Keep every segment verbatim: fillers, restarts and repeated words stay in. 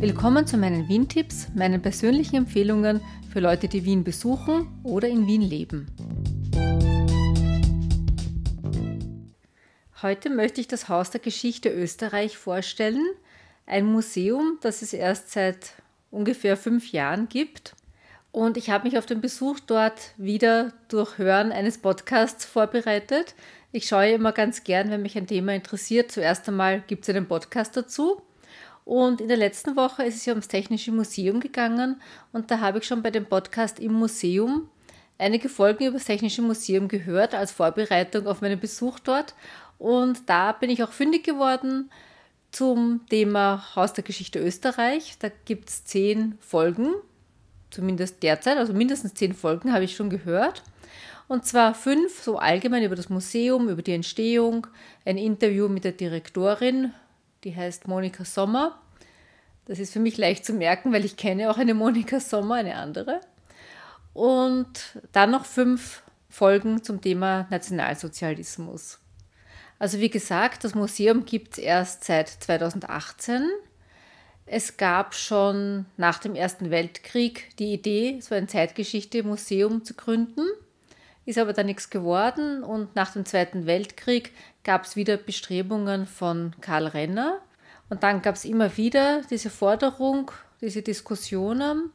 Willkommen zu meinen Wien-Tipps, meinen persönlichen Empfehlungen für Leute, die Wien besuchen oder in Wien leben. Heute möchte ich das Haus der Geschichte Österreich vorstellen, ein Museum, das es erst seit ungefähr fünf Jahren gibt. Und ich habe mich auf den Besuch dort wieder durch Hören eines Podcasts vorbereitet. Ich schaue immer ganz gern, wenn mich ein Thema interessiert. Zuerst einmal gibt es einen Podcast dazu. Und in der letzten Woche ist es ja ums Technische Museum gegangen und da habe ich schon bei dem Podcast im Museum einige Folgen über das Technische Museum gehört als Vorbereitung auf meinen Besuch dort. Und da bin ich auch fündig geworden zum Thema Haus der Geschichte Österreich. Da gibt es zehn Folgen, zumindest derzeit, also mindestens zehn Folgen habe ich schon gehört. Und zwar fünf so allgemein über das Museum, über die Entstehung, ein Interview mit der Direktorin, die heißt Monika Sommer. Das ist für mich leicht zu merken, weil ich kenne auch eine Monika Sommer, eine andere. Und dann noch fünf Folgen zum Thema Nationalsozialismus. Also wie gesagt, das Museum gibt es erst seit zweitausendachtzehn. Es gab schon nach dem Ersten Weltkrieg die Idee, so ein Zeitgeschichte-Museum zu gründen. Ist aber dann nichts geworden und nach dem Zweiten Weltkrieg gab es wieder Bestrebungen von Karl Renner und dann gab es immer wieder diese Forderung, diese Diskussionen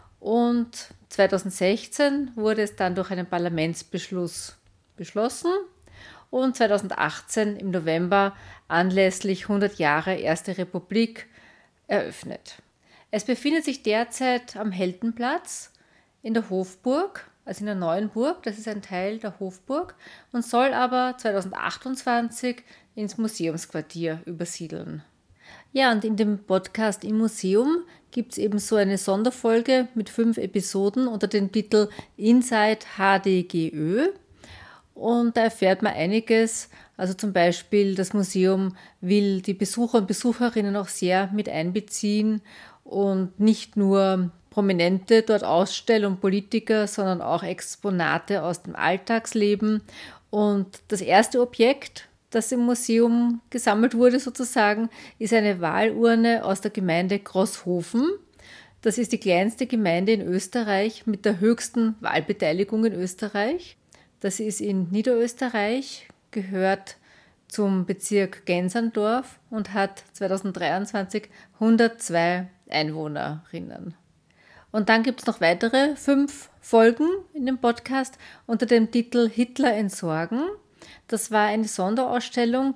und zweitausendsechzehn wurde es dann durch einen Parlamentsbeschluss beschlossen und zweitausendachtzehn im November anlässlich hundert Jahre Erste Republik eröffnet. Es befindet sich derzeit am Heldenplatz in der Hofburg, also in der neuen Burg, das ist ein Teil der Hofburg und soll aber zweitausendachtundzwanzig ins Museumsquartier übersiedeln. Ja, und in dem Podcast im Museum gibt es eben so eine Sonderfolge mit fünf Episoden unter dem Titel Inside H D G Ö. Und da erfährt man einiges, also zum Beispiel das Museum will die Besucher und Besucherinnen auch sehr mit einbeziehen und nicht nur Prominente dort ausstellen und Politiker, sondern auch Exponate aus dem Alltagsleben. Und das erste Objekt, das im Museum gesammelt wurde sozusagen, ist eine Wahlurne aus der Gemeinde Großhofen. Das ist die kleinste Gemeinde in Österreich mit der höchsten Wahlbeteiligung in Österreich. Das ist in Niederösterreich, gehört zum Bezirk Genserndorf und hat zweitausenddreiundzwanzig hundertzwei Einwohnerinnen. Und dann gibt es noch weitere fünf Folgen in dem Podcast unter dem Titel Hitler entsorgen. Das war eine Sonderausstellung,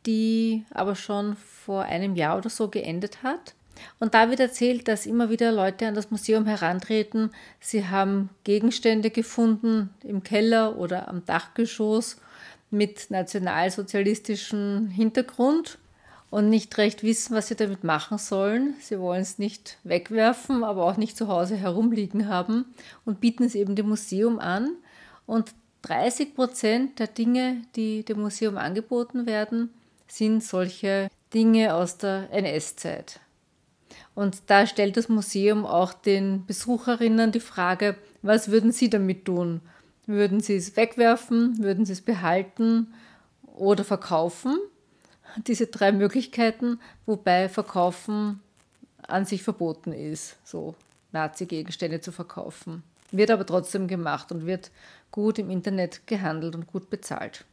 die aber schon vor einem Jahr oder so geendet hat. Und da wird erzählt, dass immer wieder Leute an das Museum herantreten. Sie haben Gegenstände gefunden im Keller oder am Dachgeschoss mit nationalsozialistischem Hintergrund und nicht recht wissen, was sie damit machen sollen. Sie wollen es nicht wegwerfen, aber auch nicht zu Hause herumliegen haben und bieten es eben dem Museum an. Und dreißig Prozent der Dinge, die dem Museum angeboten werden, sind solche Dinge aus der N S-Zeit. Und da stellt das Museum auch den Besucherinnen die Frage, was würden sie damit tun? Würden sie es wegwerfen, würden sie es behalten oder verkaufen? Diese drei Möglichkeiten, wobei Verkaufen an sich verboten ist, so Nazi-Gegenstände zu verkaufen. Wird aber trotzdem gemacht und wird gut im Internet gehandelt und gut bezahlt.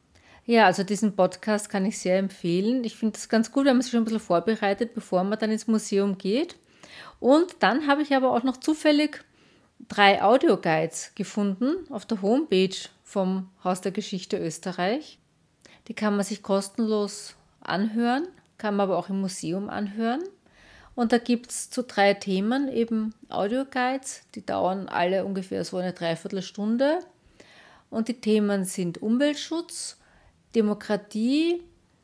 Ja, also diesen Podcast kann ich sehr empfehlen. Ich finde es ganz gut, wenn man sich schon ein bisschen vorbereitet, bevor man dann ins Museum geht. Und dann habe ich aber auch noch zufällig drei Audioguides gefunden auf der Homepage vom Haus der Geschichte Österreich. Die kann man sich kostenlos anhören, kann man aber auch im Museum anhören. Und da gibt es zu drei Themen eben Audioguides, die dauern alle ungefähr so eine Dreiviertelstunde. Und die Themen sind Umweltschutz, Demokratie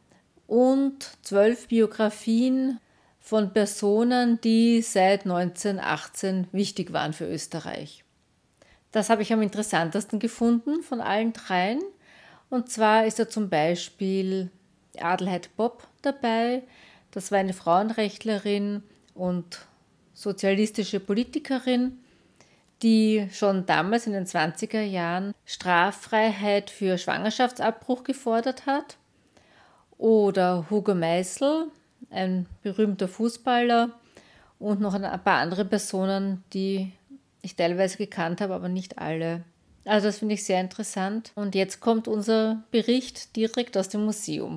und zwölf Biografien von Personen, die seit neunzehnhundertachtzehn wichtig waren für Österreich. Das habe ich am interessantesten gefunden von allen dreien. Und zwar ist da zum Beispiel Adelheid Popp dabei. Das war eine Frauenrechtlerin und sozialistische Politikerin, die schon damals in den zwanziger Jahren Straffreiheit für Schwangerschaftsabbruch gefordert hat. Oder Hugo Meisel, ein berühmter Fußballer und noch ein paar andere Personen, die ich teilweise gekannt habe, aber nicht alle. Also das finde ich sehr interessant. Und jetzt kommt unser Bericht direkt aus dem Museum.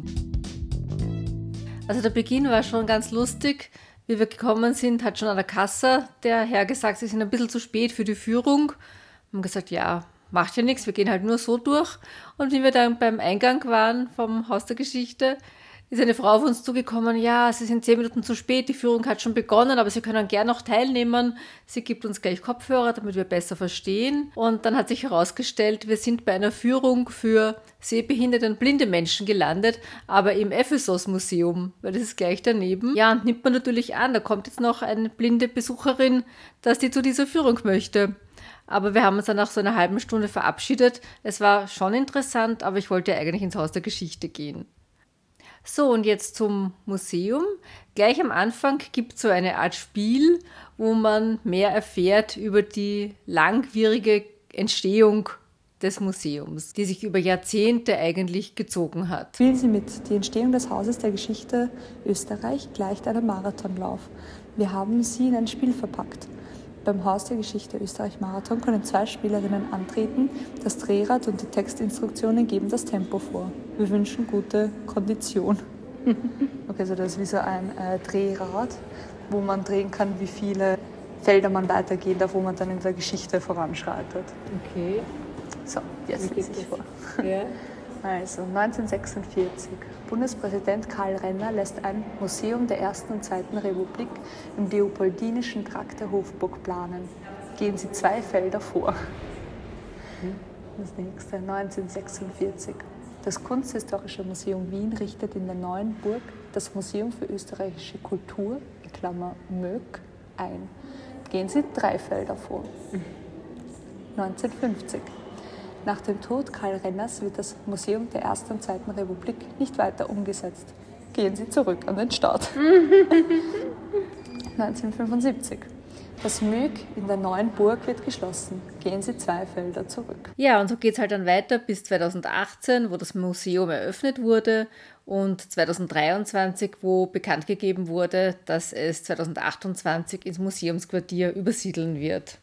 Also der Beginn war schon ganz lustig. Wie wir gekommen sind, hat schon an der Kasse der Herr gesagt, sie sind ein bisschen zu spät für die Führung. Wir haben gesagt, ja, macht ja nichts, wir gehen halt nur so durch. Und wie wir dann beim Eingang waren vom Haus der Geschichte, ist eine Frau auf uns zugekommen, ja, Sie sind zehn Minuten zu spät, die Führung hat schon begonnen, aber Sie können gern noch teilnehmen. Sie gibt uns gleich Kopfhörer, damit wir besser verstehen. Und dann hat sich herausgestellt, wir sind bei einer Führung für sehbehinderte und blinde Menschen gelandet, aber im Ephesos-Museum, weil das ist gleich daneben. Ja, und nimmt man natürlich an, da kommt jetzt noch eine blinde Besucherin, dass die zu dieser Führung möchte. Aber wir haben uns dann nach so einer halben Stunde verabschiedet. Es war schon interessant, aber ich wollte ja eigentlich ins Haus der Geschichte gehen. So, und jetzt zum Museum. Gleich am Anfang gibt es so eine Art Spiel, wo man mehr erfährt über die langwierige Entstehung des Museums, die sich über Jahrzehnte eigentlich gezogen hat. Spielen Sie mit. Die Entstehung des Hauses der Geschichte Österreich gleicht einem Marathonlauf. Wir haben sie in ein Spiel verpackt. Beim Haus der Geschichte Österreich Marathon können zwei Spielerinnen antreten. Das Drehrad und die Textinstruktionen geben das Tempo vor. Wir wünschen gute Kondition. Okay, also das ist wie so ein äh, Drehrad, wo man drehen kann, wie viele Felder man weitergehen darf, wo man dann in der Geschichte voranschreitet. Okay. So, jetzt lese ich vor. Ja. Also neunzehnhundertsechsundvierzig. Bundespräsident Karl Renner lässt ein Museum der Ersten und Zweiten Republik im Leopoldinischen Trakt der Hofburg planen. Gehen Sie zwei Felder vor. Das nächste, neunzehnhundertsechsundvierzig. Das Kunsthistorische Museum Wien richtet in der Neuen Burg das Museum für österreichische Kultur, in Klammer Möck, ein. Gehen Sie drei Felder vor. neunzehnhundertfünfzig. Nach dem Tod Karl Renners wird das Museum der Ersten und Zweiten Republik nicht weiter umgesetzt. Gehen Sie zurück an den Start. neunzehnhundertfünfundsiebzig. Das Möck in der Neuen Burg wird geschlossen. Gehen Sie zwei Felder zurück. Ja, und so geht es halt dann weiter bis zweitausendachtzehn, wo das Museum eröffnet wurde, und zweitausenddreiundzwanzig, wo bekannt gegeben wurde, dass es zweitausendachtundzwanzig ins Museumsquartier übersiedeln wird.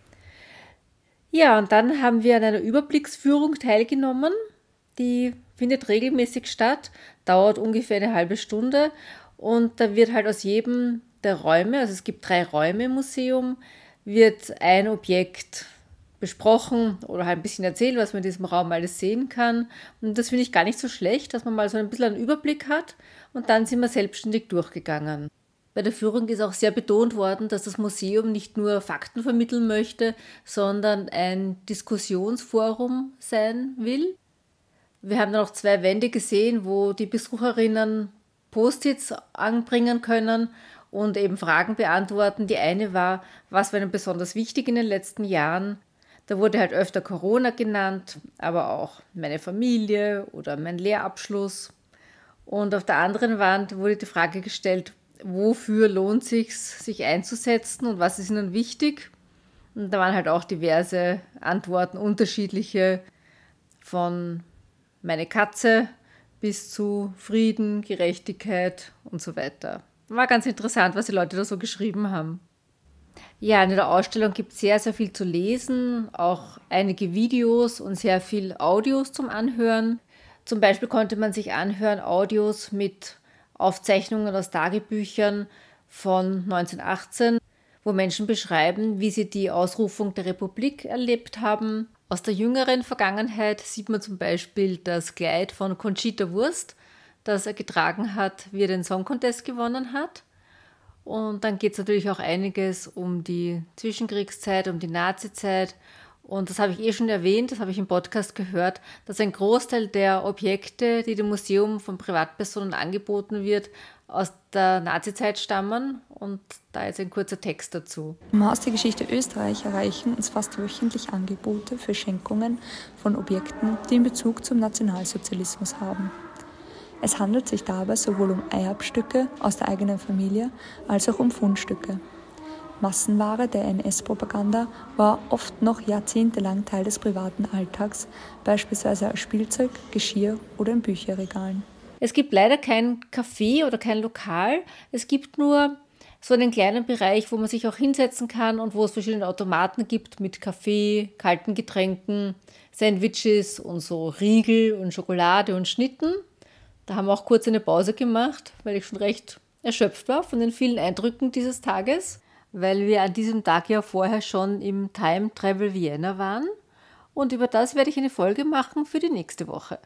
Ja, und dann haben wir an einer Überblicksführung teilgenommen. Die findet regelmäßig statt, dauert ungefähr eine halbe Stunde, und da wird halt aus jedem der Räume, also es gibt drei Räume im Museum, wird ein Objekt besprochen oder halt ein bisschen erzählt, was man in diesem Raum alles sehen kann. Und das finde ich gar nicht so schlecht, dass man mal so ein bisschen einen Überblick hat, und dann sind wir selbstständig durchgegangen. Bei der Führung ist auch sehr betont worden, dass das Museum nicht nur Fakten vermitteln möchte, sondern ein Diskussionsforum sein will. Wir haben dann auch zwei Wände gesehen, wo die Besucherinnen Post-its anbringen können und eben Fragen beantworten. Die eine war, was war ihnen besonders wichtig in den letzten Jahren? Da wurde halt öfter Corona genannt, aber auch meine Familie oder mein Lehrabschluss. Und auf der anderen Wand wurde die Frage gestellt, wofür lohnt es sich, sich einzusetzen und was ist ihnen wichtig? Und da waren halt auch diverse Antworten, unterschiedliche, von meine Katze bis zu Frieden, Gerechtigkeit und so weiter. War ganz interessant, was die Leute da so geschrieben haben. Ja, in der Ausstellung gibt es sehr, sehr viel zu lesen, auch einige Videos und sehr viel Audios zum Anhören. Zum Beispiel konnte man sich anhören Audios mit Aufzeichnungen aus Tagebüchern von neunzehnhundertachtzehn, wo Menschen beschreiben, wie sie die Ausrufung der Republik erlebt haben. Aus der jüngeren Vergangenheit sieht man zum Beispiel das Kleid von Conchita Wurst, das er getragen hat, wie er den Song Contest gewonnen hat. Und dann geht es natürlich auch einiges um die Zwischenkriegszeit, um die Nazizeit. Und das habe ich eh schon erwähnt, das habe ich im Podcast gehört, dass ein Großteil der Objekte, die dem Museum von Privatpersonen angeboten wird, aus der Nazizeit stammen. Und da ist ein kurzer Text dazu. Im Haus der Geschichte Österreich erreichen uns fast wöchentlich Angebote für Schenkungen von Objekten, die in Bezug zum Nationalsozialismus haben. Es handelt sich dabei sowohl um Erbstücke aus der eigenen Familie als auch um Fundstücke. Massenware der N S-Propaganda war oft noch jahrzehntelang Teil des privaten Alltags, beispielsweise als Spielzeug, Geschirr oder in Bücherregalen. Es gibt leider kein Café oder kein Lokal, es gibt nur so einen kleinen Bereich, wo man sich auch hinsetzen kann und wo es verschiedene Automaten gibt mit Kaffee, kalten Getränken, Sandwiches und so Riegel und Schokolade und Schnitten. Da haben wir auch kurz eine Pause gemacht, weil ich schon recht erschöpft war von den vielen Eindrücken dieses Tages, weil wir an diesem Tag ja vorher schon im Time Travel Vienna waren. Und über das werde ich eine Folge machen für die nächste Woche.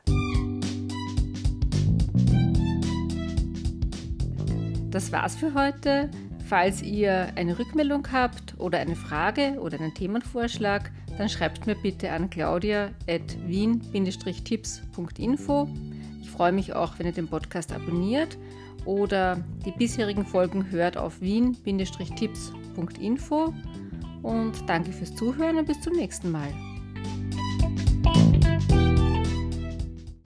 Das war's für heute. Falls ihr eine Rückmeldung habt oder eine Frage oder einen Themenvorschlag, dann schreibt mir bitte an claudia at wien tipps punkt info. Ich freue mich auch, wenn ihr den Podcast abonniert oder die bisherigen Folgen hört auf wien tipps punkt info. Und danke fürs Zuhören und bis zum nächsten Mal.